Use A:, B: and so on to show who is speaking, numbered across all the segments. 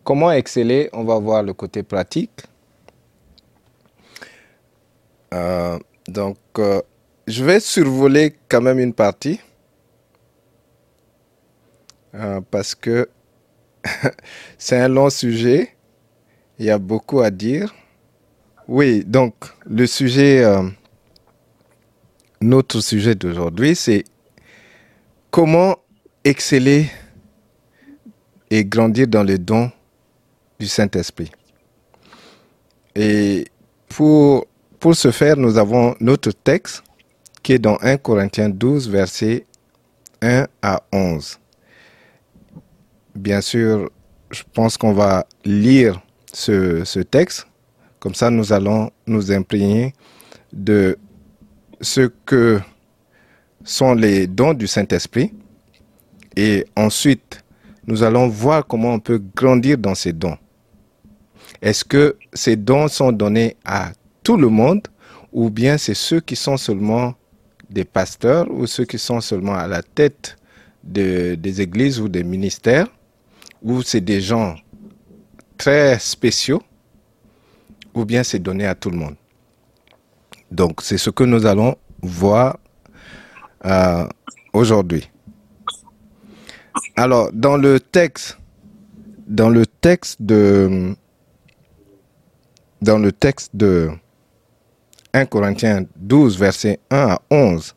A: comment exceller? On va voir le côté pratique. Donc, je vais survoler quand même une partie parce que c'est un long sujet. Il y a beaucoup à dire. Oui, donc le sujet, notre sujet d'aujourd'hui, c'est comment exceller et grandir dans les dons du Saint-Esprit. Et pour ce faire, nous avons notre texte qui est dans 1 Corinthiens 12, versets 1 à 11. Bien sûr, je pense qu'on va lire ce texte. Comme ça, nous allons nous imprégner de ce que sont les dons du Saint-Esprit. Et ensuite, nous allons voir comment on peut grandir dans ces dons. Est-ce que ces dons sont donnés à tout le monde ou bien c'est ceux qui sont seulement des pasteurs ou ceux qui sont seulement à la tête des églises ou des ministères ou c'est des gens très spéciaux ou bien c'est donné à tout le monde. Donc, c'est ce que nous allons voir aujourd'hui. Alors, dans le texte de 1 Corinthiens 12, versets 1 à 11,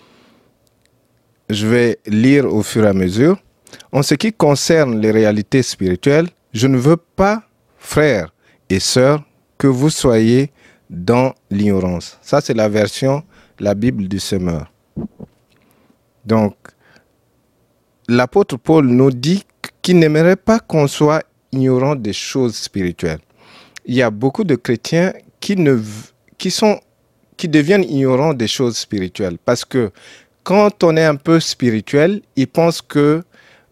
A: je vais lire au fur et à mesure. En ce qui concerne les réalités spirituelles, je ne veux pas, frères et sœurs, que vous soyez dans l'ignorance. Ça, c'est la version, la Bible du Semeur. Donc, l'apôtre Paul nous dit qu'il n'aimerait pas qu'on soit ignorant des choses spirituelles. Il y a beaucoup de chrétiens qui deviennent ignorants des choses spirituelles parce que quand on est un peu spirituel, ils pensent que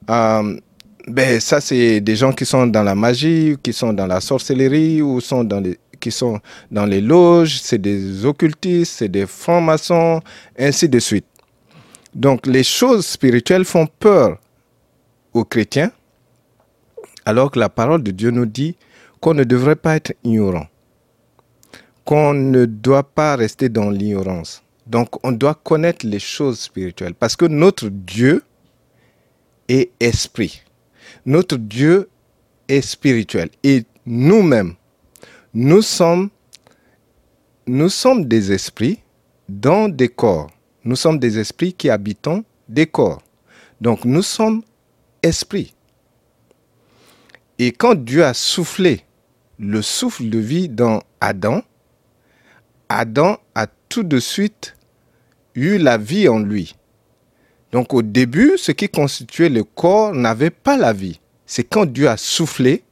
A: ça c'est des gens qui sont dans la magie, qui sont dans la sorcellerie ou qui sont dans les loges, c'est des occultistes, c'est des francs-maçons, ainsi de suite. Donc les choses spirituelles font peur aux chrétiens, alors que la parole de Dieu nous dit qu'on ne devrait pas être ignorant, qu'on ne doit pas rester dans l'ignorance. Donc on doit connaître les choses spirituelles, parce que notre Dieu est esprit. Notre Dieu est spirituel. Et nous-mêmes, nous sommes des esprits dans des corps. Nous sommes des esprits qui habitons des corps. Donc nous sommes esprits. Et quand Dieu a soufflé le souffle de vie dans Adam, Adam a tout de suite eu la vie en lui. Donc au début, ce qui constituait le corps n'avait pas la vie. C'est quand Dieu a soufflé,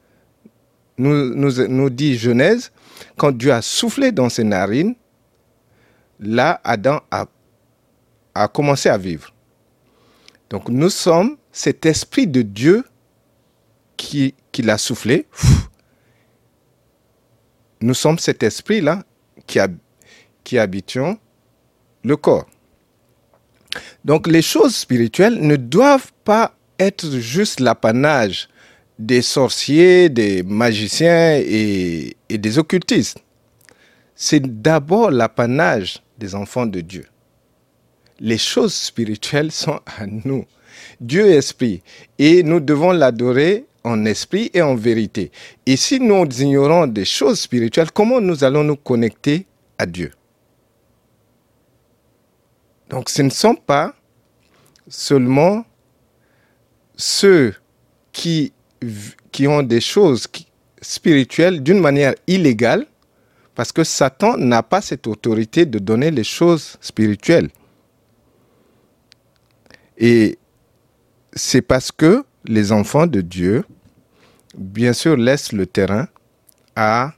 A: nous dit Genèse, quand Dieu a soufflé dans ses narines, là, Adam a commencé à vivre. Donc nous sommes cet esprit de Dieu qui l'a soufflé. Nous sommes cet esprit-là qui habitions le corps. Donc les choses spirituelles ne doivent pas être juste l'apanage des sorciers, des magiciens et des occultistes. C'est d'abord l'apanage des enfants de Dieu. Les choses spirituelles sont à nous. Dieu est esprit et nous devons l'adorer en esprit et en vérité. Et si nous ignorons des choses spirituelles, comment nous allons nous connecter à Dieu? Donc ce ne sont pas seulement ceux qui ont des choses spirituelles d'une manière illégale, parce que Satan n'a pas cette autorité de donner les choses spirituelles. Et c'est parce que les enfants de Dieu, bien sûr, laissent le terrain à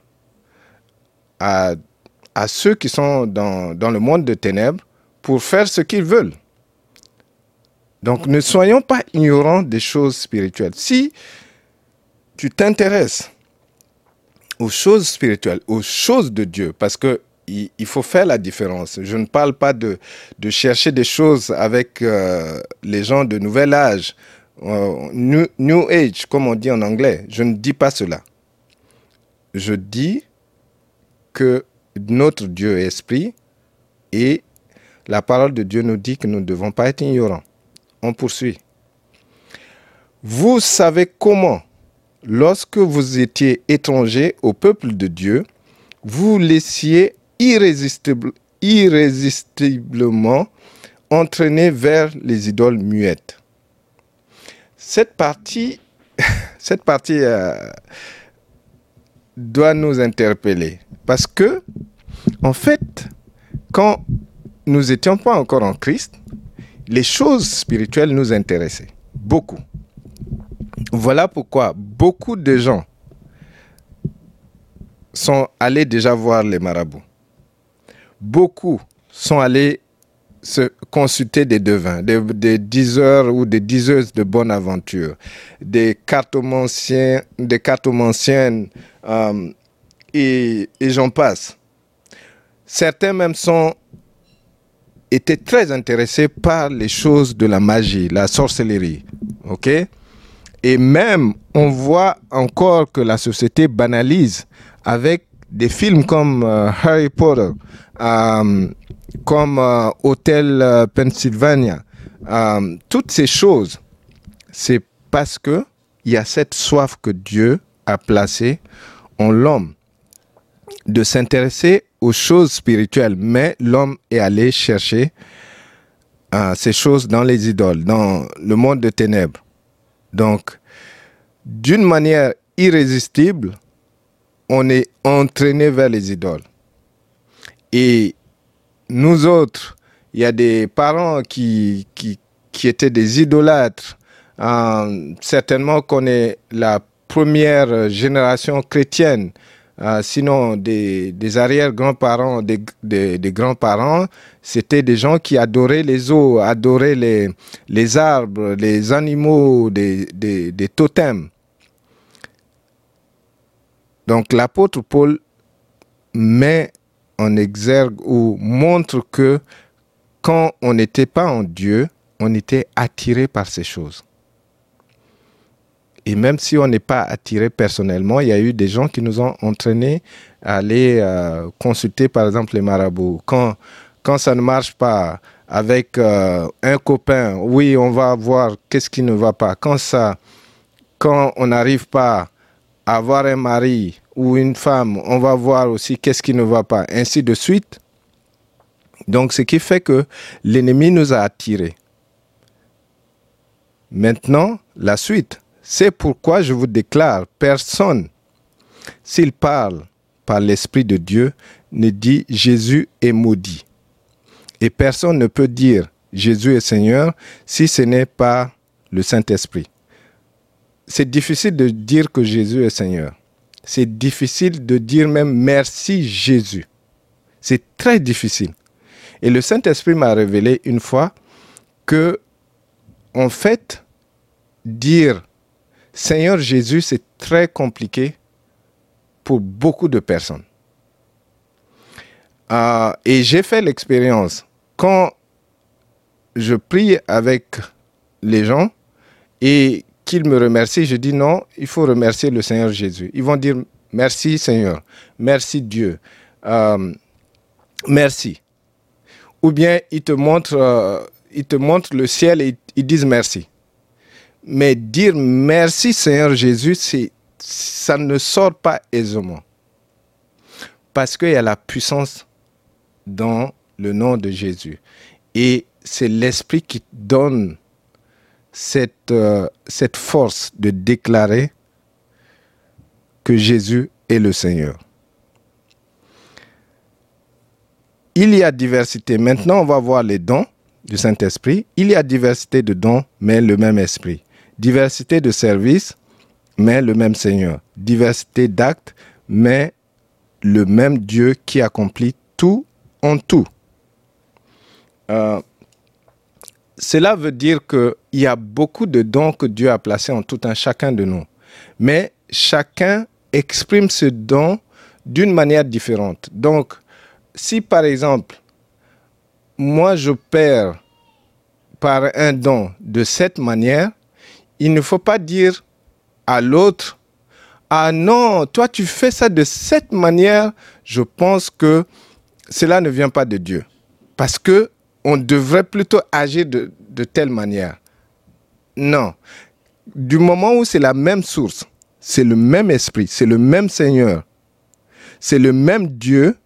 A: ceux qui sont dans le monde de ténèbres pour faire ce qu'ils veulent. Donc, ne soyons pas ignorants des choses spirituelles. Si tu t'intéresses aux choses spirituelles, aux choses de Dieu, parce que il faut faire la différence. Je ne parle pas de chercher des choses avec les gens de nouvel âge New Age, comme on dit en anglais. Je ne dis pas cela. Je dis que notre Dieu est esprit et la parole de Dieu nous dit que nous ne devons pas être ignorants. On poursuit. Vous savez comment, lorsque vous étiez étrangers au peuple de Dieu, vous laissiez irrésistiblement entraîner vers les idoles muettes. Cette partie doit nous interpeller parce que, en fait, quand nous n'étions pas encore en Christ, les choses spirituelles nous intéressaient beaucoup. Voilà pourquoi beaucoup de gens sont allés déjà voir les marabouts. Beaucoup sont allés se consulter des devins, des diseurs ou des diseuses de bonne aventure, des cartomanciennes, et j'en passe. Certains même étaient très intéressés par les choses de la magie, la sorcellerie. Ok? Et même, on voit encore que la société banalise avec des films comme Harry Potter, comme Hôtel Pennsylvania. Toutes ces choses, c'est parce qu'il y a cette soif que Dieu a placée en l'homme de s'intéresser aux choses spirituelles. Mais l'homme est allé chercher ces choses dans les idoles, dans le monde de ténèbres. Donc, d'une manière irrésistible, on est entraîné vers les idoles. Et nous autres, il y a des parents qui étaient des idolâtres. Certainement qu'on est la première génération chrétienne. Sinon, des arrière-grands-parents, des grands-parents, c'était des gens qui adoraient les eaux, adoraient les arbres, les animaux, des totems. Donc, l'apôtre Paul met en exergue ou montre que quand on n'était pas en Dieu, on était attiré par ces choses. Et même si on n'est pas attiré personnellement, il y a eu des gens qui nous ont entraînés à aller consulter, par exemple, les marabouts. Quand ça ne marche pas avec un copain, oui, on va voir qu'est-ce qui ne va pas. Quand on n'arrive pas à avoir un mari ou une femme, on va voir aussi qu'est-ce qui ne va pas, ainsi de suite. Donc, ce qui fait que l'ennemi nous a attirés. Maintenant, la suite. C'est pourquoi je vous déclare, personne, s'il parle par l'Esprit de Dieu, ne dit Jésus est maudit. Et personne ne peut dire Jésus est Seigneur si ce n'est pas le Saint-Esprit. C'est difficile de dire que Jésus est Seigneur. C'est difficile de dire même merci Jésus. C'est très difficile. Et le Saint-Esprit m'a révélé une fois que, en fait, dire Seigneur Jésus, c'est très compliqué pour beaucoup de personnes. Et j'ai fait l'expérience. Quand je prie avec les gens et qu'ils me remercient, je dis non, il faut remercier le Seigneur Jésus. Ils vont dire merci Seigneur, merci Dieu, merci. Ou bien ils te montrent le ciel et ils disent merci. Mais dire merci Seigneur Jésus, ça ne sort pas aisément. Parce qu'il y a la puissance dans le nom de Jésus. Et c'est l'Esprit qui donne cette force de déclarer que Jésus est le Seigneur. Il y a diversité. Maintenant, on va voir les dons du Saint-Esprit. Il y a diversité de dons, mais le même Esprit. Diversité de services, mais le même Seigneur. Diversité d'actes, mais le même Dieu qui accomplit tout en tout. Cela veut dire qu'il y a beaucoup de dons que Dieu a placés en tout un chacun de nous. Mais chacun exprime ce don d'une manière différente. Donc, si par exemple, moi j'opère par un don de cette manière, il ne faut pas dire à l'autre, ah non, toi tu fais ça de cette manière, je pense que cela ne vient pas de Dieu. Parce que on devrait plutôt agir de telle manière. Non. Du moment où c'est la même source, c'est le même esprit, c'est le même Seigneur, c'est le même Dieu,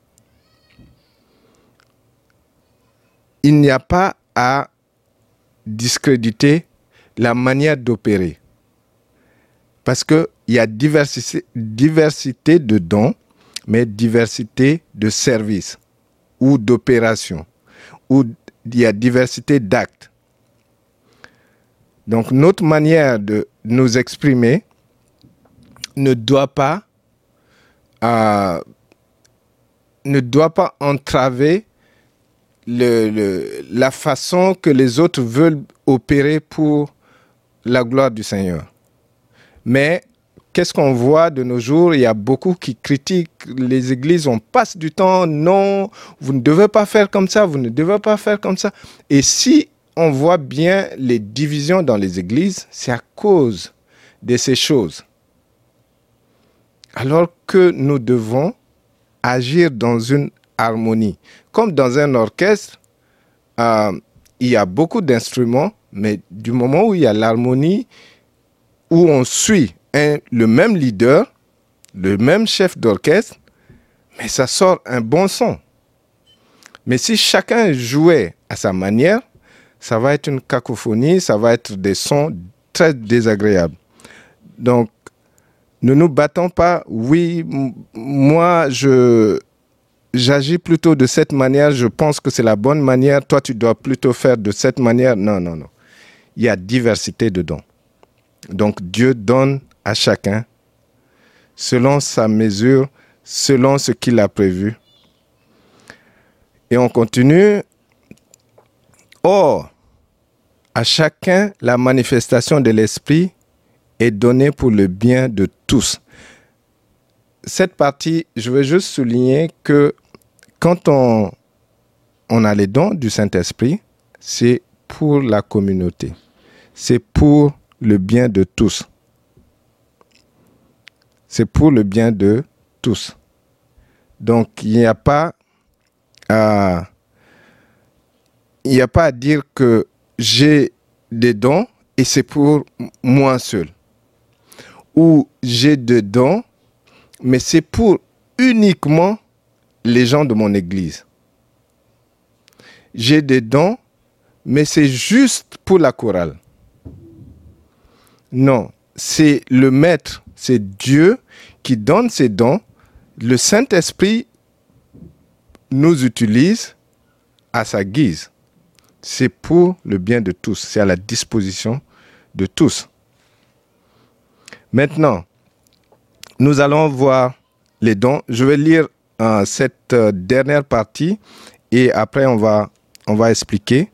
A: il n'y a pas à discréditer la manière d'opérer. Parce qu'il y a diversité de dons, mais diversité de services ou d'opérations, ou il y a diversité d'actes. Donc notre manière de nous exprimer ne doit pas entraver la façon que les autres veulent opérer pour la gloire du Seigneur. Mais qu'est-ce qu'on voit de nos jours? Il y a beaucoup qui critiquent les églises. On passe du temps, non, vous ne devez pas faire comme ça, vous ne devez pas faire comme ça. Et si on voit bien les divisions dans les églises, c'est à cause de ces choses. Alors que nous devons agir dans une harmonie. Comme dans un orchestre, il y a beaucoup d'instruments, mais du moment où il y a l'harmonie, où on suit le même leader, le même chef d'orchestre, mais ça sort un bon son. Mais si chacun jouait à sa manière, ça va être une cacophonie, ça va être des sons très désagréables. Donc, ne nous battons pas. Oui, moi, j'agis plutôt de cette manière, je pense que c'est la bonne manière, toi, tu dois plutôt faire de cette manière. Non, non, non. Il y a diversité de dons. Donc, Dieu donne à chacun selon sa mesure, selon ce qu'il a prévu. Et on continue. Or, à chacun, la manifestation de l'Esprit est donnée pour le bien de tous. Cette partie, je veux juste souligner que quand on a les dons du Saint-Esprit, c'est pour la communauté. C'est pour le bien de tous. C'est pour le bien de tous. Donc, il n'y a pas à dire que j'ai des dons et c'est pour moi seul. Ou j'ai des dons, mais c'est pour uniquement les gens de mon église. J'ai des dons, mais c'est juste pour la chorale. Non, c'est le Maître, c'est Dieu qui donne ses dons. Le Saint-Esprit nous utilise à sa guise. C'est pour le bien de tous, c'est à la disposition de tous. Maintenant, nous allons voir les dons. Je vais lire cette dernière partie et après on va expliquer.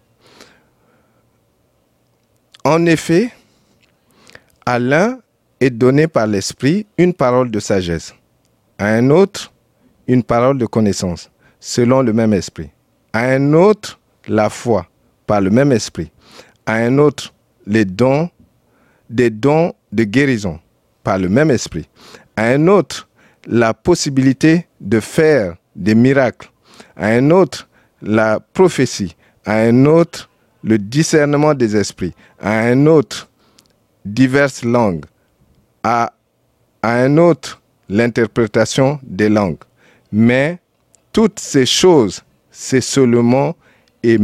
A: En effet, à l'un est donné par l'Esprit une parole de sagesse, à un autre une parole de connaissance, selon le même Esprit, à un autre la foi, par le même Esprit, à un autre des dons de guérison, par le même Esprit, à un autre la possibilité de faire des miracles, à un autre la prophétie, à un autre le discernement des esprits, à un autre diverses langues, à un autre l'interprétation des langues. Mais toutes ces choses, c'est seulement et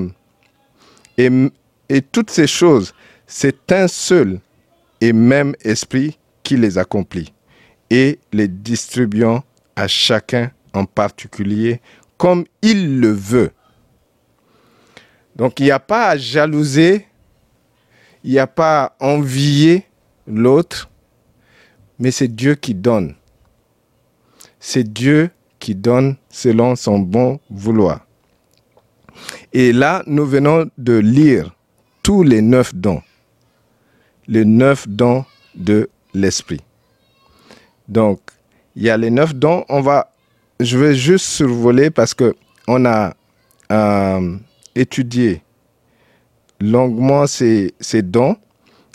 A: toutes ces choses, c'est un seul et même esprit qui les accomplit et les distribuant à chacun en particulier comme il le veut. Donc il n'y a pas à jalouser, il n'y a pas à envier l'autre, mais c'est Dieu qui donne. C'est Dieu qui donne selon son bon vouloir. Et là, nous venons de lire tous les 9 dons. Les 9 dons de l'Esprit. Donc, il y a les 9 dons. Je vais juste survoler parce qu'on a étudié longuement ces dons.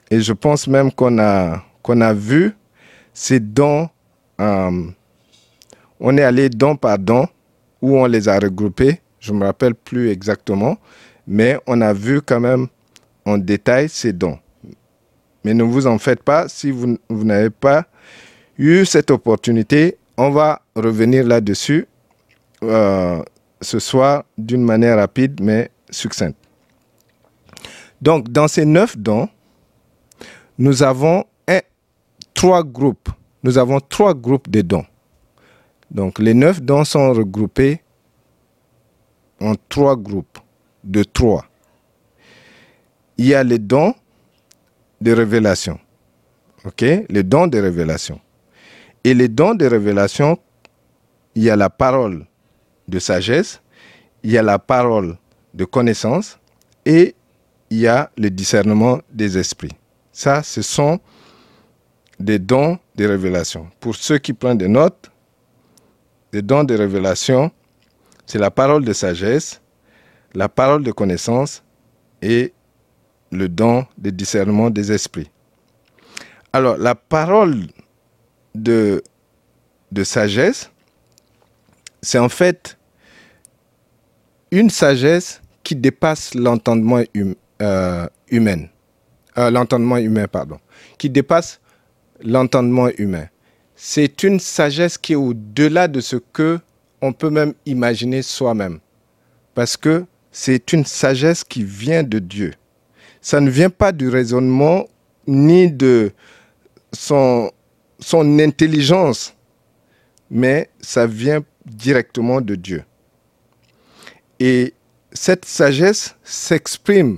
A: Et je pense même qu'on a vu ces dons, on est allé don par don, où on les a regroupés, je ne me rappelle plus exactement, mais on a vu quand même en détail ces dons. Mais ne vous en faites pas, si vous n'avez pas eu cette opportunité, on va revenir là-dessus ce soir d'une manière rapide mais succincte. Donc, dans ces 9 dons, nous avons 3 groupes. Nous avons 3 groupes de dons. Donc, les 9 dons sont regroupés en 3 groupes de 3. Il y a les dons de révélation. OK? Les dons de révélation. Et les dons de révélation, il y a la parole de sagesse, il y a la parole de connaissance et il y a le discernement des esprits. Ça, ce sont des dons de révélation. Pour ceux qui prennent des notes, les dons de révélation, c'est la parole de sagesse, la parole de connaissance et le don de discernement des esprits. Alors, la parole de sagesse, c'est en fait une sagesse qui dépasse l'entendement humain. L'entendement humain, pardon. Qui dépasse l'entendement humain. C'est une sagesse qui est au-delà de ce que on peut même imaginer soi-même. Parce que c'est une sagesse qui vient de Dieu. Ça ne vient pas du raisonnement ni de son intelligence, mais ça vient directement de Dieu. Et cette sagesse s'exprime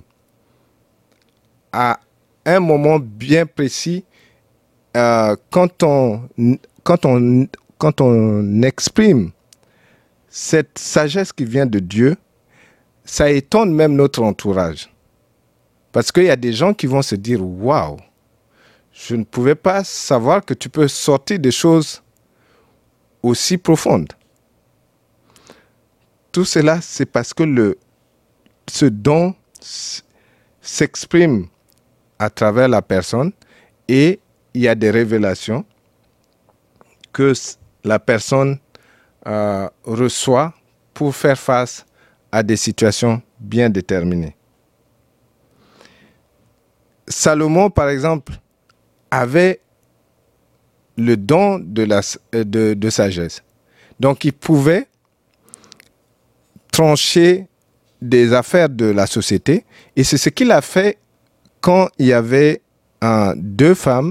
A: à un moment bien précis quand on exprime cette sagesse qui vient de Dieu, ça étonne même notre entourage. Parce qu'il y a des gens qui vont se dire « Waouh, je ne pouvais pas savoir que tu peux sortir des choses aussi profondes. » Tout cela, c'est parce que ce don s'exprime à travers la personne et il y a des révélations que la personne reçoit pour faire face à des situations bien déterminées. Salomon, par exemple, avait le don de sagesse. Donc, il pouvait trancher des affaires de la société. Et c'est ce qu'il a fait quand il y avait 2 femmes.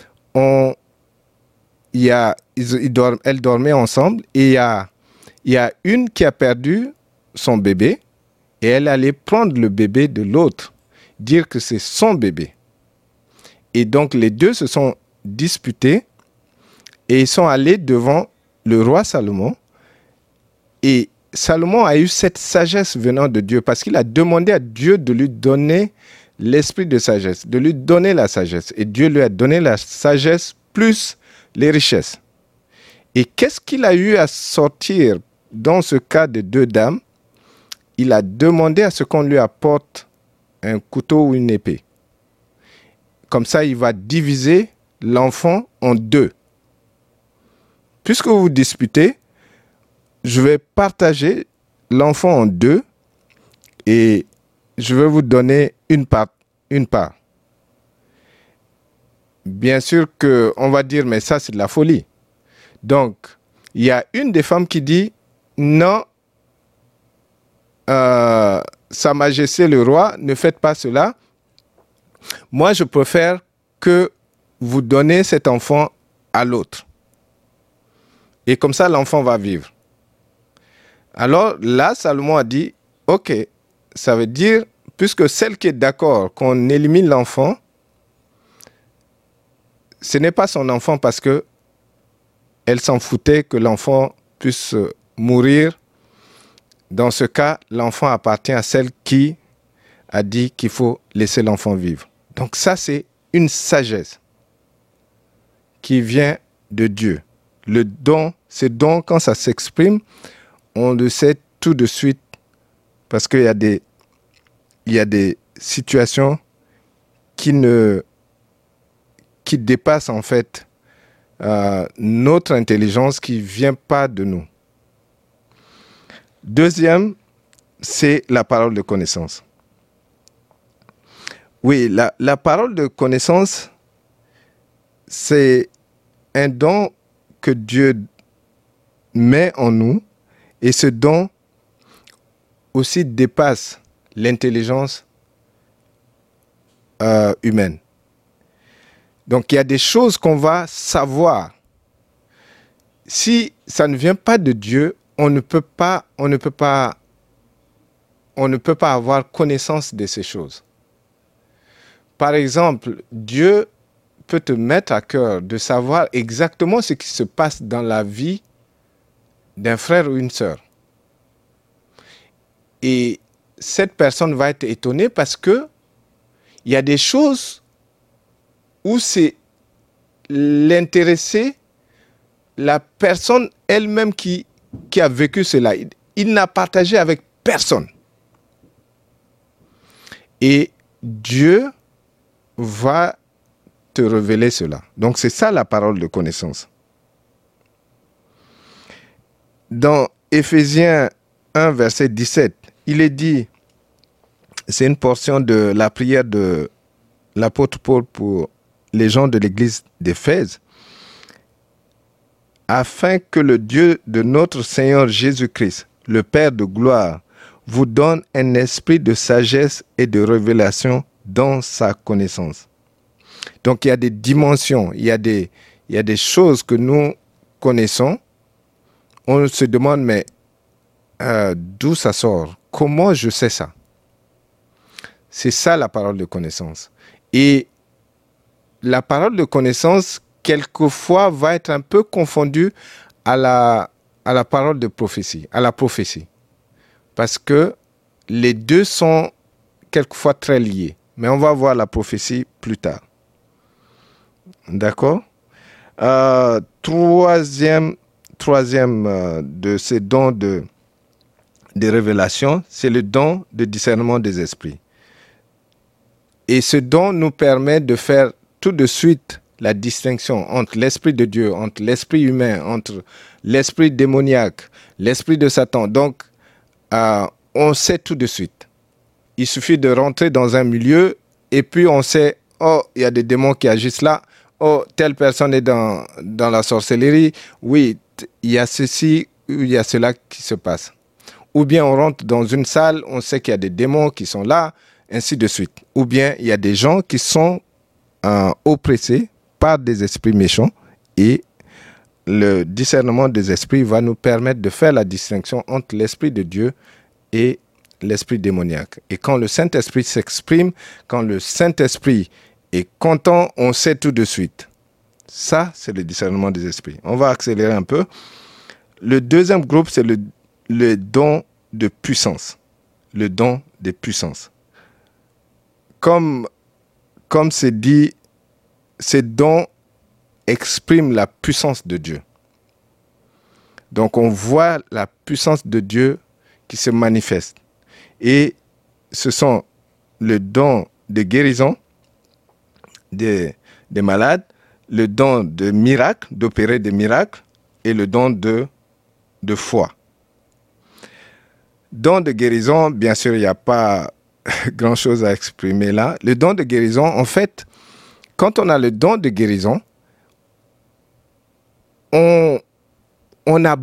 A: Elles dormaient ensemble et il y a une qui a perdu son bébé et elle allait prendre le bébé de l'autre, dire que c'est son bébé. Et donc les 2 se sont disputés et ils sont allés devant le roi Salomon. Et Salomon a eu cette sagesse venant de Dieu parce qu'il a demandé à Dieu de lui donner l'esprit de sagesse, de lui donner la sagesse. Et Dieu lui a donné la sagesse plus les richesses. Et qu'est-ce qu'il a eu à sortir dans ce cas de 2 dames? Il a demandé à ce qu'on lui apporte un couteau ou une épée. Comme ça, il va diviser l'enfant en 2. Puisque vous vous disputez, je vais partager l'enfant en 2 et je vais vous donner une part. Bien sûr qu'on va dire, mais ça, c'est de la folie. Donc, il y a une des femmes qui dit, non, Sa Majesté le roi, ne faites pas cela. Moi, je préfère que vous donnez cet enfant à l'autre. Et comme ça, l'enfant va vivre. Alors là, Salomon a dit, ok, ça veut dire, puisque celle qui est d'accord qu'on élimine l'enfant, ce n'est pas son enfant parce que elle s'en foutait que l'enfant puisse mourir. Dans ce cas, l'enfant appartient à celle qui a dit qu'il faut laisser l'enfant vivre. Donc ça, c'est une sagesse qui vient de Dieu. Le don, c'est don, quand ça s'exprime, on le sait tout de suite parce qu'il y a des situations qui ne qui dépasse en fait notre intelligence, qui ne vient pas de nous. Deuxième, c'est la parole de connaissance. Oui, la parole de connaissance, c'est un don que Dieu met en nous, et ce don aussi dépasse l'intelligence humaine. Donc, il y a des choses qu'on va savoir. Si ça ne vient pas de Dieu, on ne peut pas avoir connaissance de ces choses. Par exemple, Dieu peut te mettre à cœur de savoir exactement ce qui se passe dans la vie d'un frère ou une sœur. Et cette personne va être étonnée parce que il y a des choses où c'est l'intéressé, la personne elle-même qui a vécu cela. Il n'a partagé avec personne. Et Dieu va te révéler cela. Donc c'est ça la parole de connaissance. Dans Éphésiens 1, verset 17, il est dit, c'est une portion de la prière de l'apôtre Paul pour les gens de l'église d'Éphèse, afin que le Dieu de notre Seigneur Jésus-Christ, le Père de gloire, vous donne un esprit de sagesse et de révélation dans sa connaissance. Donc il y a des dimensions, il y a des choses que nous connaissons. On se demande, mais d'où ça sort? Comment je sais ça? C'est ça la parole de connaissance. Et la parole de connaissance, quelquefois, va être un peu confondue à la parole de prophétie, à la prophétie. Parce que les deux sont quelquefois très liés. Mais on va voir la prophétie plus tard. D'accord? Troisième de ces dons de révélation, c'est le don de discernement des esprits. Et ce don nous permet de faire tout de suite la distinction entre l'esprit de Dieu, entre l'esprit humain, entre l'esprit démoniaque, l'esprit de Satan. Donc, on sait tout de suite. Il suffit de rentrer dans un milieu et puis on sait, oh, il y a des démons qui agissent là, oh, telle personne est dans la sorcellerie, oui, il y a ceci, il y a cela qui se passe. Ou bien on rentre dans une salle, on sait qu'il y a des démons qui sont là, ainsi de suite. Ou bien il y a des gens qui sont oppressés par des esprits méchants, et le discernement des esprits va nous permettre de faire la distinction entre l'esprit de Dieu et l'esprit démoniaque. Et quand le Saint-Esprit s'exprime, quand le Saint-Esprit est content, on sait tout de suite. Ça, c'est le discernement des esprits. On va accélérer un peu. Le deuxième groupe, c'est le don de puissance. Le don de puissance. Comme c'est dit, ces dons expriment la puissance de Dieu. Donc on voit la puissance de Dieu qui se manifeste. Et ce sont le don de guérison des malades, le don de miracle, d'opérer des miracles, et le don de foi. Don de guérison, bien sûr, il n'y a pas grand-chose à exprimer là. Le don de guérison, en fait, quand on a le don de guérison, on a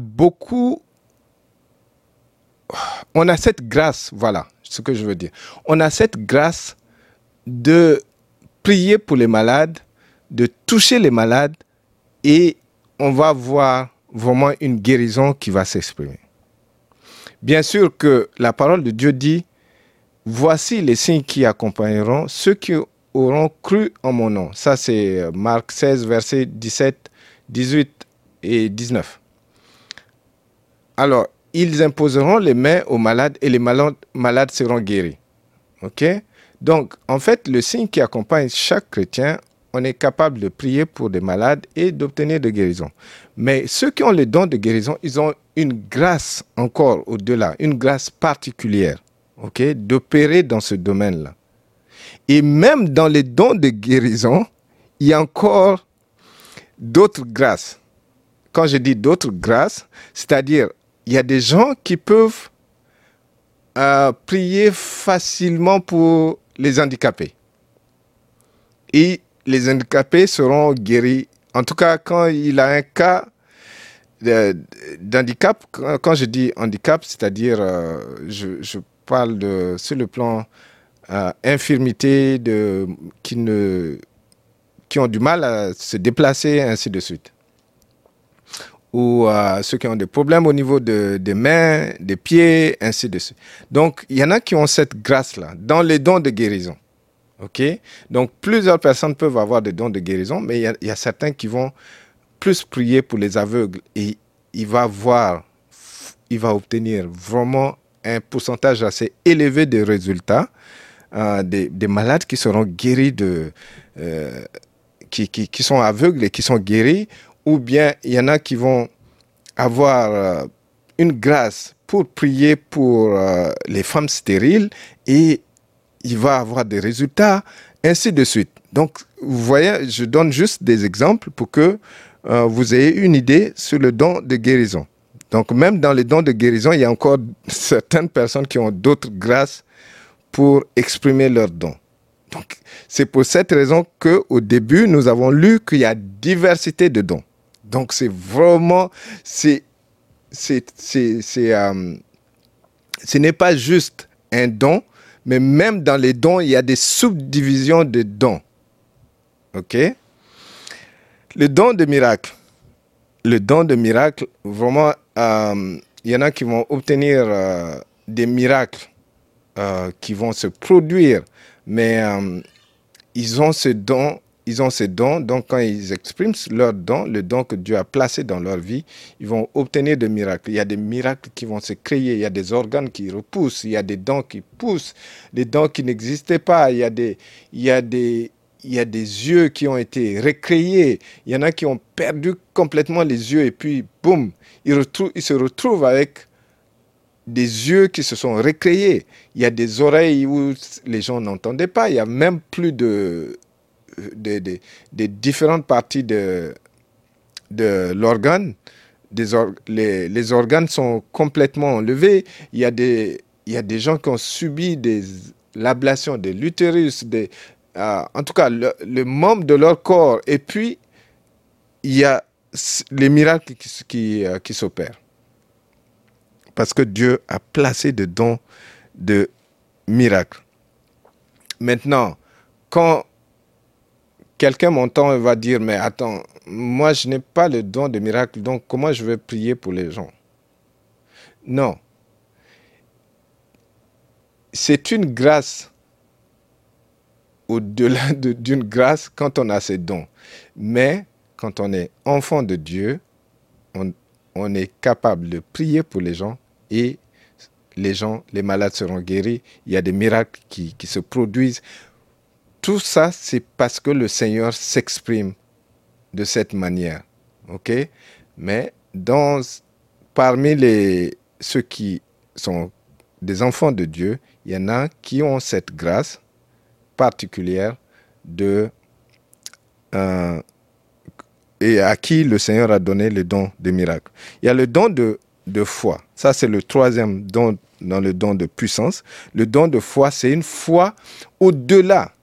A: cette grâce, voilà ce que je veux dire. On a cette grâce de prier pour les malades, de toucher les malades, et on va voir vraiment une guérison qui va s'exprimer. Bien sûr que la parole de Dieu dit, voici les signes qui accompagneront ceux qui auront cru en mon nom. Ça, c'est Marc 16, versets 17, 18 et 19. Alors, ils imposeront les mains aux malades et les malades seront guéris. OK? Donc, en fait, le signe qui accompagne chaque chrétien, on est capable de prier pour des malades et d'obtenir des guérisons. Mais ceux qui ont le don de guérison, ils ont une grâce encore au-delà, une grâce particulière, OK, d'opérer dans ce domaine-là. Et même dans les dons de guérison, il y a encore d'autres grâces. Quand je dis d'autres grâces, c'est-à-dire, il y a des gens qui peuvent prier facilement pour les handicapés. Et les handicapés seront guéris. En tout cas, quand il a un cas d'handicap, quand je dis handicap, c'est-à-dire, je parle sur le plan infirmité qui ont du mal à se déplacer, ainsi de suite. Ou ceux qui ont des problèmes au niveau des mains, des pieds, ainsi de suite. Donc, il y en a qui ont cette grâce-là dans les dons de guérison. OK? Donc, plusieurs personnes peuvent avoir des dons de guérison, mais il y a certains qui vont plus prier pour les aveugles et il va obtenir vraiment un pourcentage assez élevé de résultats, des malades qui seront guéris qui sont aveugles et qui sont guéris, ou bien il y en a qui vont avoir une grâce pour prier pour les femmes stériles et il va avoir des résultats, ainsi de suite. Donc, vous voyez, je donne juste des exemples pour que vous ayez une idée sur le don de guérison. Donc, même dans les dons de guérison, il y a encore certaines personnes qui ont d'autres grâces pour exprimer leurs dons. Donc, c'est pour cette raison qu'au début, nous avons lu qu'il y a diversité de dons. Donc, c'est vraiment, ce n'est pas juste un don, mais même dans les dons, il y a des subdivisions de dons. OK? Le don de miracle. Le don de miracle, vraiment, il y en a qui vont obtenir des miracles qui vont se produire, mais ils ont ce don. Donc quand ils expriment leur don, le don que Dieu a placé dans leur vie, ils vont obtenir des miracles. Il y a des miracles qui vont se créer, il y a des organes qui repoussent, il y a des dents qui poussent, des dents qui n'existaient pas, il y a des yeux qui ont été recréés, il y en a qui ont perdu complètement les yeux et puis boum, ils se retrouvent avec des yeux qui se sont recréés. Il y a des oreilles où les gens n'entendaient pas, il y a même plus des différentes parties de l'organe. Les organes sont complètement enlevés. Il y a des gens qui ont subi l'ablation de l'utérus, en tout cas le membre de leur corps. Et puis, il y a les miracles qui s'opèrent. Parce que Dieu a placé des dons de miracles. Maintenant, quand quelqu'un m'entend et va dire, mais attends, moi je n'ai pas le don de miracle, donc comment je vais prier pour les gens? Non. C'est une grâce au-delà d'une grâce quand on a ces dons. Mais quand on est enfant de Dieu, on est capable de prier pour les gens et les malades seront guéris. Il y a des miracles qui se produisent. Tout ça, c'est parce que le Seigneur s'exprime de cette manière. OK? Mais parmi ceux qui sont des enfants de Dieu, il y en a qui ont cette grâce particulière et à qui le Seigneur a donné le don de miracle. Il y a le don de foi. Ça, c'est le troisième don dans le don de puissance. Le don de foi, c'est une foi au-delà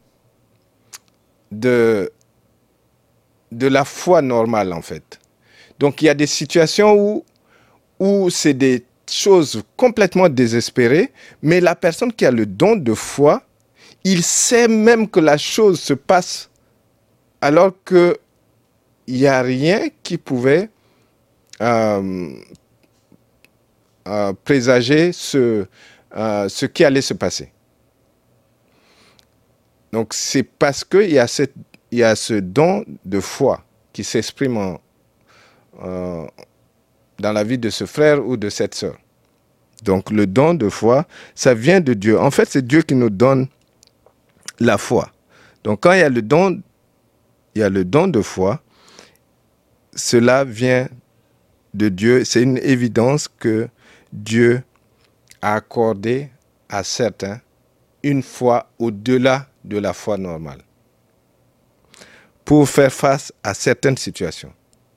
A: de la foi normale, en fait. Donc, il y a des situations où c'est des choses complètement désespérées, mais la personne qui a le don de foi, il sait même que la chose se passe alors qu'il n'y a rien qui pouvait présager ce qui allait se passer. Donc, c'est parce qu'il y a ce don de foi qui s'exprime dans la vie de ce frère ou de cette sœur. Donc, le don de foi, ça vient de Dieu. En fait, c'est Dieu qui nous donne la foi. Donc, quand il y a le don de foi, cela vient de Dieu. C'est une évidence que Dieu a accordé à certains une foi au-delà de la foi normale. pour faire face à certaines situations.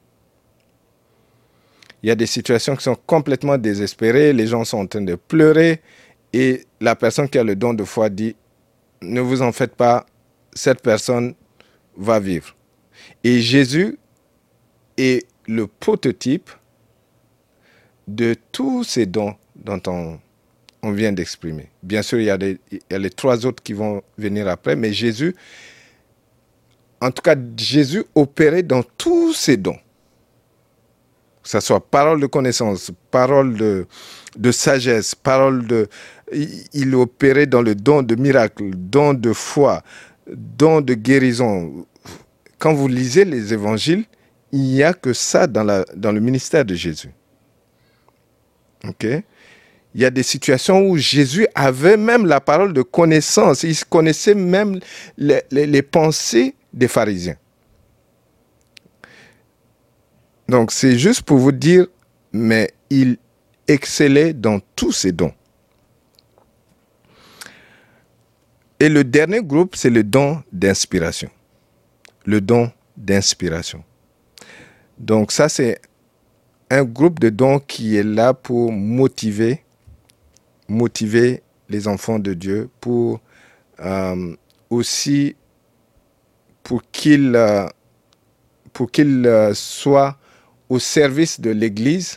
A: Il y a des situations qui sont complètement désespérées, les gens sont en train de pleurer et la personne qui a le don de foi dit « Ne vous en faites pas, cette personne va vivre. » Et Jésus est le prototype de tous ces dons dont on vient d'exprimer. Bien sûr, il y a les 3 autres qui vont venir après, mais Jésus, en tout cas, Jésus opérait dans tous ces dons. Que ce soit parole de connaissance, parole de sagesse, il opérait dans le don de miracle, don de foi, don de guérison. Quand vous lisez les évangiles, il n'y a que ça dans le ministère de Jésus. Ok? Il y a des situations où Jésus avait même la parole de connaissance. Il connaissait même les pensées des pharisiens. Donc, c'est juste pour vous dire, mais il excellait dans tous ses dons. Et le dernier groupe, c'est le don d'inspiration. Le don d'inspiration. Donc, ça, c'est un groupe de dons qui est là pour motiver les enfants de Dieu, pour aussi pour qu'ils soient au service de l'Église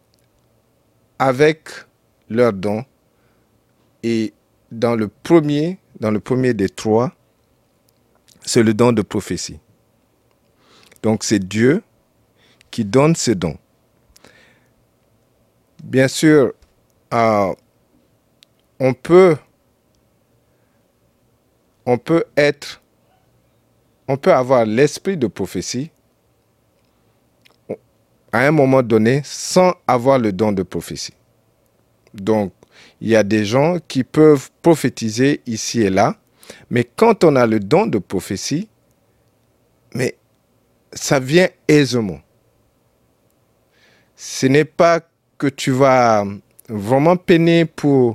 A: avec leurs dons. Et dans le premier des 3, c'est le don de prophétie. Donc c'est Dieu qui donne ces dons. Bien sûr, on peut avoir l'esprit de prophétie à un moment donné sans avoir le don de prophétie. Donc, il y a des gens qui peuvent prophétiser ici et là, mais quand on a le don de prophétie, mais ça vient aisément. Ce n'est pas que tu vas vraiment peiner pour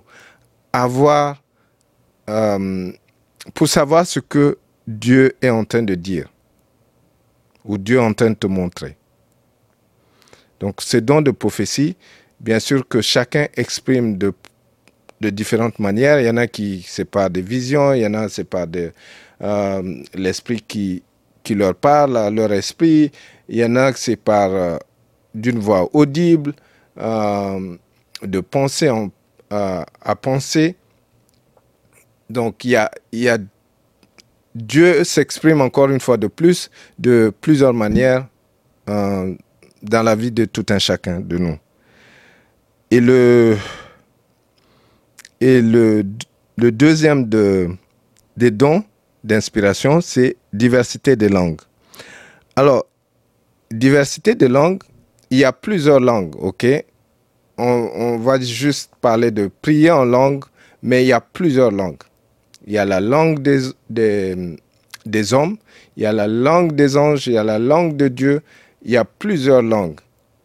A: savoir ce que Dieu est en train de dire ou Dieu est en train de te montrer. Donc, ces dons de prophétie, bien sûr que chacun exprime de différentes manières. Il y en a qui, c'est par des visions, il y en a, c'est par l'esprit qui leur parle à leur esprit. Il y en a que c'est par d'une voix audible, de pensée à pensée. Donc, il y a Dieu s'exprime encore une fois de plus, de plusieurs manières dans la vie de tout un chacun de nous. Et le deuxième des dons d'inspiration, c'est diversité des langues. Alors, diversité des langues, il y a plusieurs langues, ok? On va juste parler de prier en langue, mais il y a plusieurs langues. Il y a la langue des hommes, il y a la langue des anges, il y a la langue de Dieu, il y a plusieurs langues.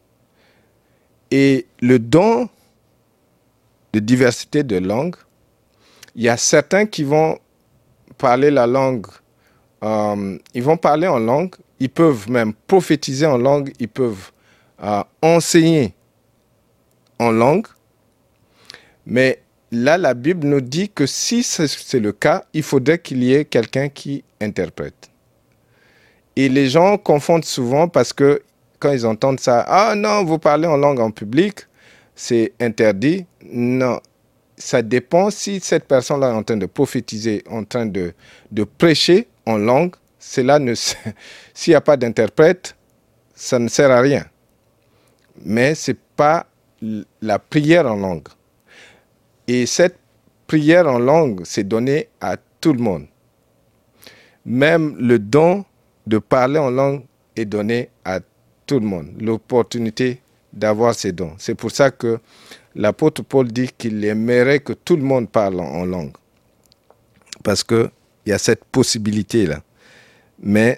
A: Et le don de diversité de langues, il y a certains qui vont parler la langue, ils vont parler en langue, ils peuvent même prophétiser en langue, ils peuvent enseigner en langue, mais là, la Bible nous dit que si c'est le cas, il faudrait qu'il y ait quelqu'un qui interprète. Et les gens confondent souvent parce que quand ils entendent ça, « Ah non, vous parlez en langue en public, c'est interdit. » Non, ça dépend si cette personne-là est en train de prophétiser, en train de prêcher en langue. S'il n'y a pas d'interprète, ça ne sert à rien. Mais ce n'est pas la prière en langue. Et cette prière en langue, c'est donné à tout le monde. Même le don de parler en langue est donné à tout le monde. L'opportunité d'avoir ces dons. C'est pour ça que l'apôtre Paul dit qu'il aimerait que tout le monde parle en langue. Parce qu'il y a cette possibilité-là. Mais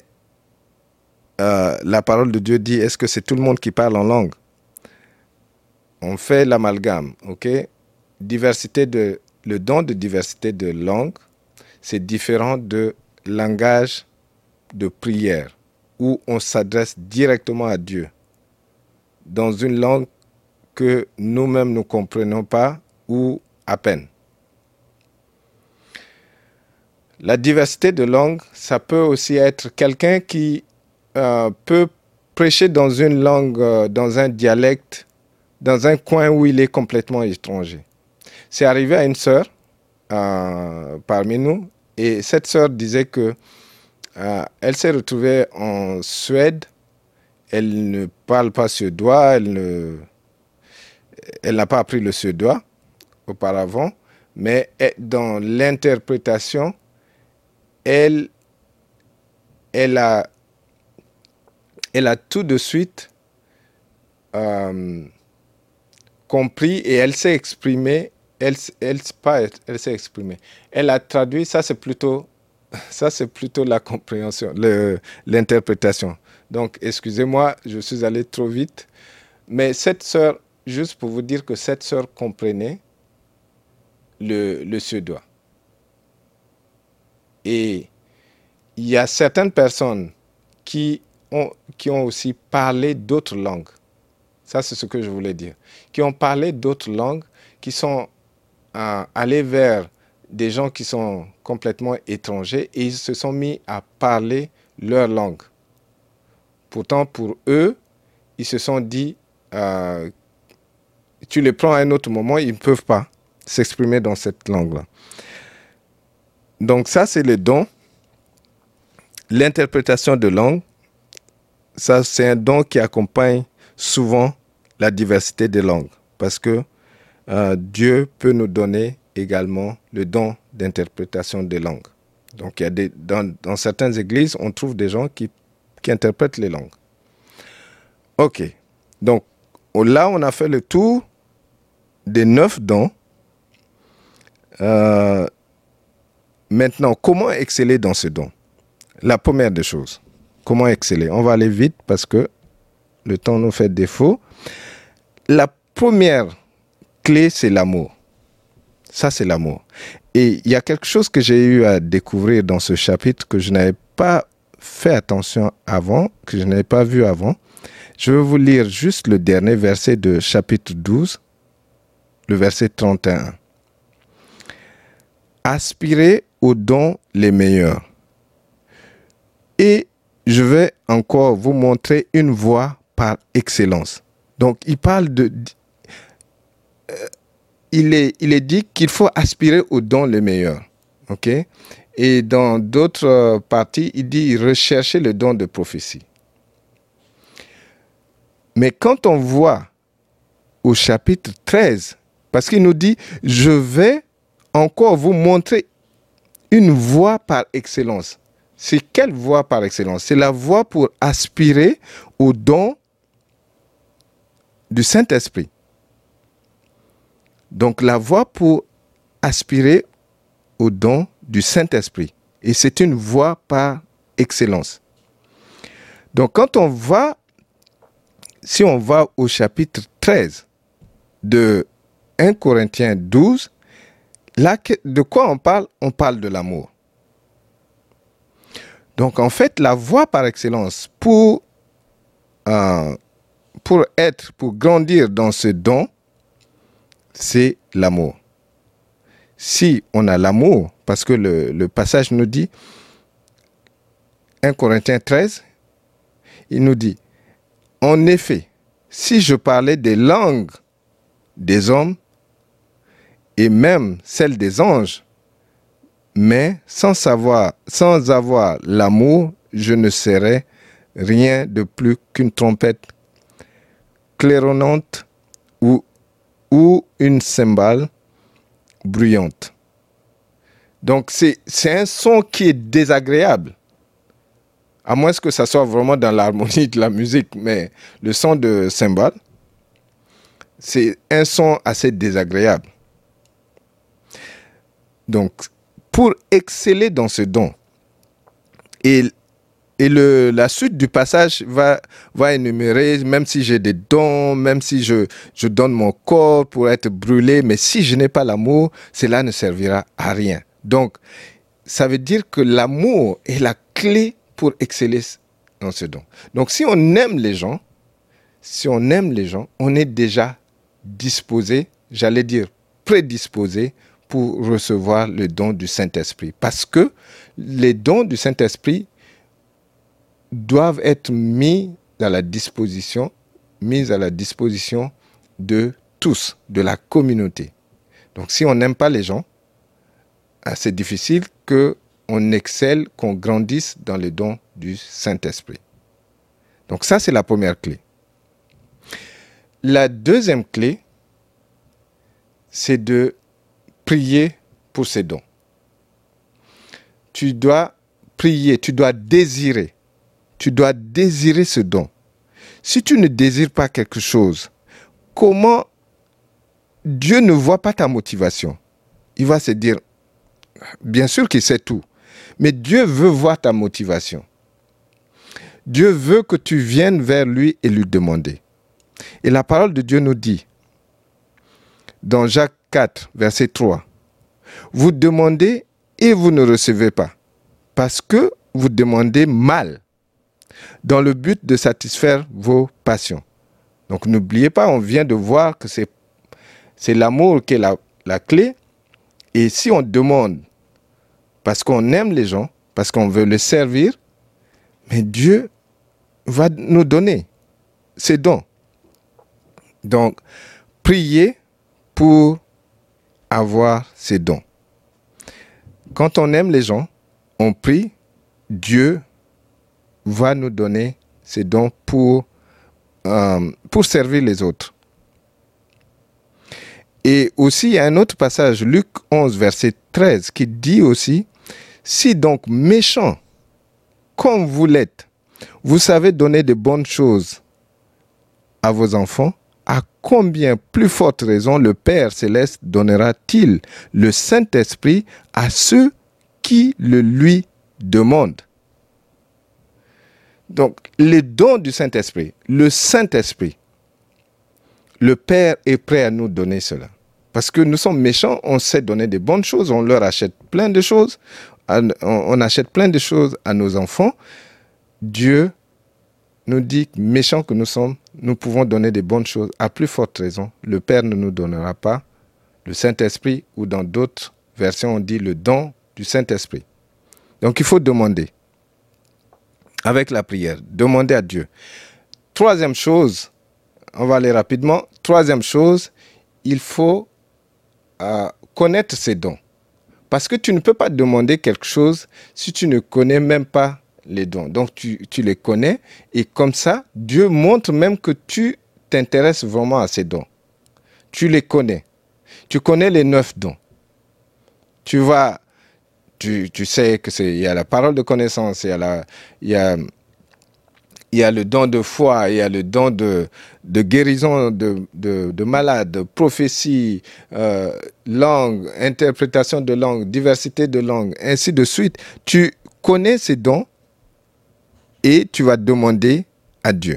A: la parole de Dieu dit, est-ce que c'est tout le monde qui parle en langue? On fait l'amalgame, ok? Le don de diversité de langue, c'est différent de langage de prière où on s'adresse directement à Dieu dans une langue que nous-mêmes ne comprenons pas ou à peine. La diversité de langues, ça peut aussi être quelqu'un qui peut prêcher dans une langue, dans un dialecte, dans un coin où il est complètement étranger. C'est arrivé à une sœur parmi nous, et cette sœur disait que elle s'est retrouvée en Suède. Elle ne parle pas suédois, elle n'a pas appris le suédois auparavant, mais dans l'interprétation, elle a tout de suite compris et elle s'est exprimée. Elle s'est exprimée. Elle a traduit, ça c'est plutôt la compréhension, l'interprétation. Donc, excusez-moi, je suis allé trop vite. Mais cette sœur, juste pour vous dire que cette sœur comprenait le suédois. Et il y a certaines personnes qui ont aussi parlé d'autres langues. Ça, c'est ce que je voulais dire. Qui ont parlé d'autres langues, qui sont allés vers des gens qui sont complètement étrangers et ils se sont mis à parler leur langue. Pourtant, pour eux, ils se sont dit, tu les prends à un autre moment, ils ne peuvent pas s'exprimer dans cette langue-là. Donc ça, c'est le don. L'interprétation de langue, ça, c'est un don qui accompagne souvent la diversité des langues. Parce que Dieu peut nous donner également le don d'interprétation des langues. Donc, il y a dans certaines églises, on trouve des gens qui interprètent les langues. OK. Donc, là, on a fait le tour des 9 dons. Maintenant, comment exceller dans ce don? La première des choses, comment exceller? On va aller vite parce que le temps nous fait défaut. La première clé, c'est l'amour. Ça, c'est l'amour. Et il y a quelque chose que j'ai eu à découvrir dans ce chapitre que je n'avais pas fait attention avant, que je n'avais pas vu avant. Je vais vous lire juste le dernier verset de chapitre 12, le verset 31. Aspirez aux dons les meilleurs. Et je vais encore vous montrer une voie par excellence. Donc, il parle il est dit qu'il faut aspirer aux dons les meilleurs. OK? Et dans d'autres parties, il dit rechercher le don de prophétie. Mais quand on voit au chapitre 13, parce qu'il nous dit, je vais encore vous montrer une voie par excellence. C'est quelle voie par excellence? C'est la voie pour aspirer au don du Saint-Esprit. Donc la voie pour aspirer au don du Saint-Esprit. Et c'est une voie par excellence. Donc quand on va, si on va au chapitre 13 de 1 Corinthiens 12, là, de quoi on parle? On parle de l'amour. Donc en fait, la voie par excellence pour grandir dans ce don, c'est l'amour. Si on a l'amour, parce que le passage nous dit, 1 Corinthiens 13, il nous dit, en effet, si je parlais des langues des hommes et même celles des anges, mais sans avoir l'amour, je ne serais rien de plus qu'une trompette claironnante ou une cymbale bruyante. Donc, c'est un son qui est désagréable. À moins que ça soit vraiment dans l'harmonie de la musique. Mais le son de cymbale, c'est un son assez désagréable. Donc, pour exceller dans ce don, et la suite du passage va énumérer, même si j'ai des dons, même si je donne mon corps pour être brûlé, mais si je n'ai pas l'amour, cela ne servira à rien. Donc, ça veut dire que l'amour est la clé pour exceller dans ce don. Donc si on aime les gens, on est déjà disposé, j'allais dire prédisposé pour recevoir le don du Saint-Esprit. Parce que les dons du Saint-Esprit doivent être mis à la disposition de tous, de la communauté. Donc si on n'aime pas les gens, c'est difficile qu'on excelle, qu'on grandisse dans le don du Saint-Esprit. Donc ça, c'est la première clé. La deuxième clé, c'est de prier pour ces dons. Tu dois prier, tu dois désirer ce don. Si tu ne désires pas quelque chose, comment Dieu ne voit pas ta motivation? Il va se dire, bien sûr qu'il sait tout, mais Dieu veut voir ta motivation. Dieu veut que tu viennes vers lui et lui demander. Et la parole de Dieu nous dit, dans Jacques 4, verset 3, « Vous demandez et vous ne recevez pas, parce que vous demandez mal, dans le but de satisfaire vos passions. » Donc n'oubliez pas, on vient de voir que c'est l'amour qui est la clé. Et si on demande parce qu'on aime les gens, parce qu'on veut les servir, mais Dieu va nous donner ces dons. Donc, priez pour avoir ces dons. Quand on aime les gens, on prie, Dieu va nous donner ces dons pour servir les autres. Et aussi, il y a un autre passage, Luc 11, verset 13, qui dit aussi, « Si donc méchants, comme vous l'êtes, vous savez donner de bonnes choses à vos enfants, à combien plus forte raison le Père Céleste donnera-t-il le Saint-Esprit à ceux qui le lui demandent ?» Donc, les dons du Saint-Esprit, le Saint-Esprit, le Père est prêt à nous donner cela. Parce que nous sommes méchants, on sait donner des bonnes choses, on leur achète plein de choses, on achète plein de choses à nos enfants. Dieu nous dit, méchants que nous sommes, nous pouvons donner des bonnes choses. À plus forte raison, le Père ne nous donnera pas le Saint-Esprit, ou dans d'autres versions, on dit le don du Saint-Esprit. Donc il faut demander, avec la prière, demander à Dieu. Troisième chose, on va aller rapidement. Troisième chose, il faut connaître ses dons. Parce que tu ne peux pas demander quelque chose si tu ne connais même pas les dons. Donc tu les connais et comme ça, Dieu montre même que tu t'intéresses vraiment à ces dons. Tu les connais. Tu connais les 9 dons. Tu sais il y a la parole de connaissance, il y a le don de foi, il y a le don de guérison de malades, prophétie, langue, interprétation de langue, diversité de langue, ainsi de suite. Tu connais ces dons et tu vas demander à Dieu.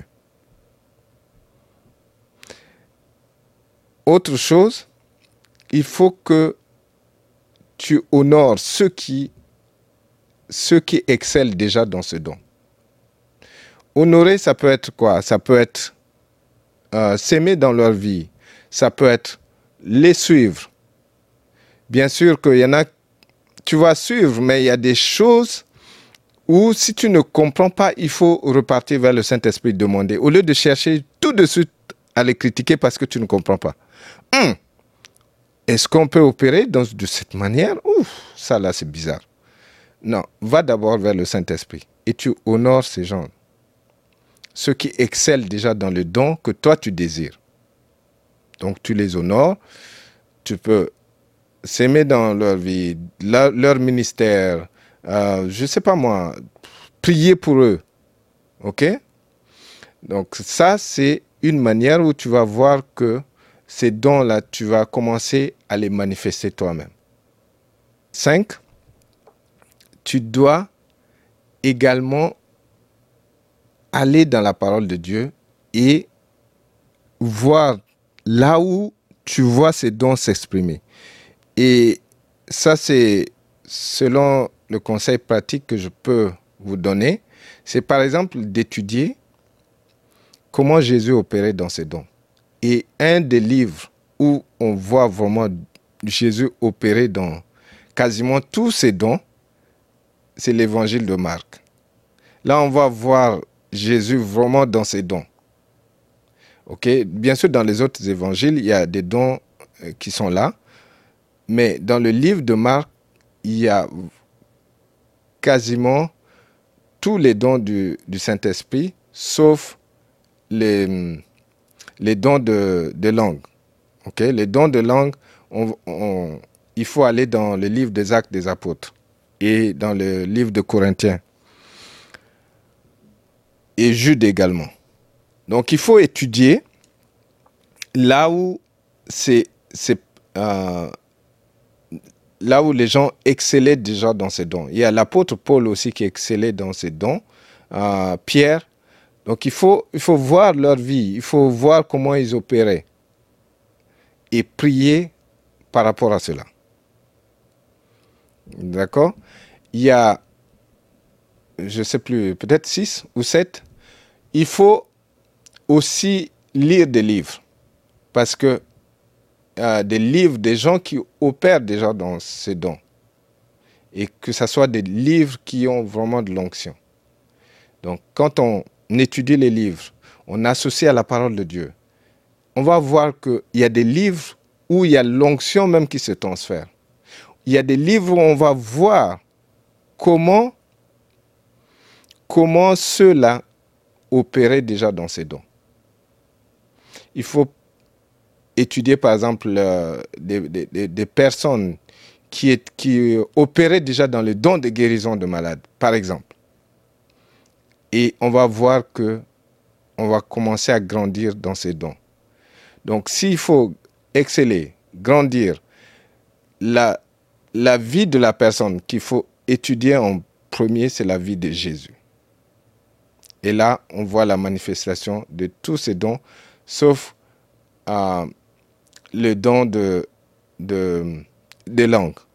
A: Autre chose, il faut que tu honores ceux qui excellent déjà dans ce don. Honorer, ça peut être quoi? Ça peut être s'aimer dans leur vie. Ça peut être les suivre. Bien sûr qu'il y en a, tu vas suivre, mais il y a des choses où si tu ne comprends pas, il faut repartir vers le Saint-Esprit et demander. Au lieu de chercher tout de suite à les critiquer parce que tu ne comprends pas. Est-ce qu'on peut opérer de cette manière? Ça là, c'est bizarre. Non, va d'abord vers le Saint-Esprit et tu honores ces gens. Ceux qui excellent déjà dans le don que toi tu désires. Donc tu les honores, tu peux s'aimer dans leur vie, leur ministère, je ne sais pas moi, prier pour eux. Ok? Donc ça, c'est une manière où tu vas voir que ces dons-là, tu vas commencer à les manifester toi-même. 5. Tu dois également aller dans la parole de Dieu et voir là où tu vois ces dons s'exprimer. Et ça, c'est selon le conseil pratique que je peux vous donner. c'est par exemple d'étudier comment Jésus opérait dans ses dons. Et un des livres où on voit vraiment Jésus opérer dans quasiment tous ses dons, c'est l'évangile de Marc. Là, on va voir Jésus vraiment dans ses dons. Ok, bien sûr, dans les autres évangiles, il y a des dons qui sont là, mais dans le livre de Marc, il y a quasiment tous les dons du Saint-Esprit, sauf les dons de langue. Okay? Les dons de langue, il faut aller dans le livre des Actes des Apôtres et dans le livre de Corinthiens. Et Jude également. Donc, il faut étudier là où là où les gens excellaient déjà dans ces dons. Il y a l'apôtre Paul aussi qui excellait dans ses dons. Pierre. Donc, il faut voir leur vie. Il faut voir comment ils opéraient. Et prier par rapport à cela. D'accord? Il y a, je ne sais plus, peut-être 6 ou 7. Il faut aussi lire des livres. Parce que des livres, des gens qui opèrent déjà dans ces dons. Et que ce soit des livres qui ont vraiment de l'onction. Donc, quand on étudie les livres, on associe à la parole de Dieu, on va voir qu'il y a des livres où il y a l'onction même qui se transfère. Il y a des livres où on va voir comment ceux-là opéraient déjà dans ces dons. Il faut étudier, par exemple, des personnes qui opéraient déjà dans le don de guérison de malades, par exemple. Et on va voir qu'on va commencer à grandir dans ces dons. Donc, s'il faut exceller, grandir, la vie de la personne qu'il faut étudier en premier, c'est la vie de Jésus. Et là, on voit la manifestation de tous ces dons, sauf le don de langue.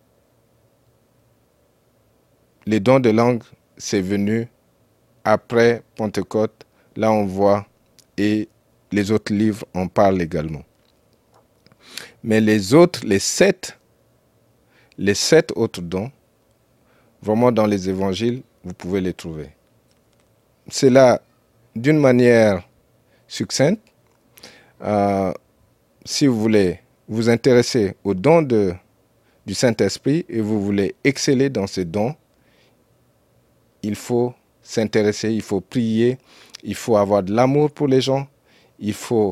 A: Les dons de langue, c'est venu après Pentecôte. Là, on voit, et les autres livres en parlent également. Mais les 7 autres dons, vraiment dans les évangiles, vous pouvez les trouver. C'est là, d'une manière succincte, si vous voulez vous intéresser aux dons du Saint-Esprit et vous voulez exceller dans ces dons, il faut s'intéresser, il faut prier, il faut avoir de l'amour pour les gens, il faut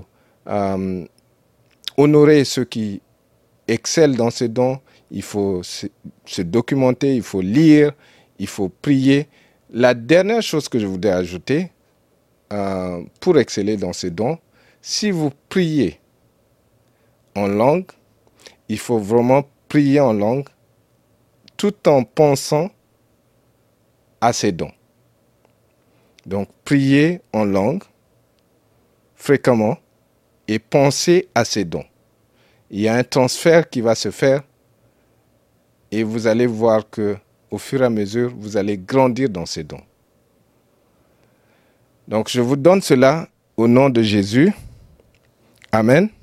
A: honorer ceux qui excellent dans ces dons, il faut se documenter, il faut lire, il faut prier. La dernière chose que je voudrais ajouter, pour exceller dans ces dons, si vous priez en langue, il faut vraiment prier en langue tout en pensant à ces dons. Donc, prier en langue fréquemment et penser à ces dons. Il y a un transfert qui va se faire et vous allez voir que au fur et à mesure, vous allez grandir dans ces dons. Donc, je vous donne cela au nom de Jésus. Amen.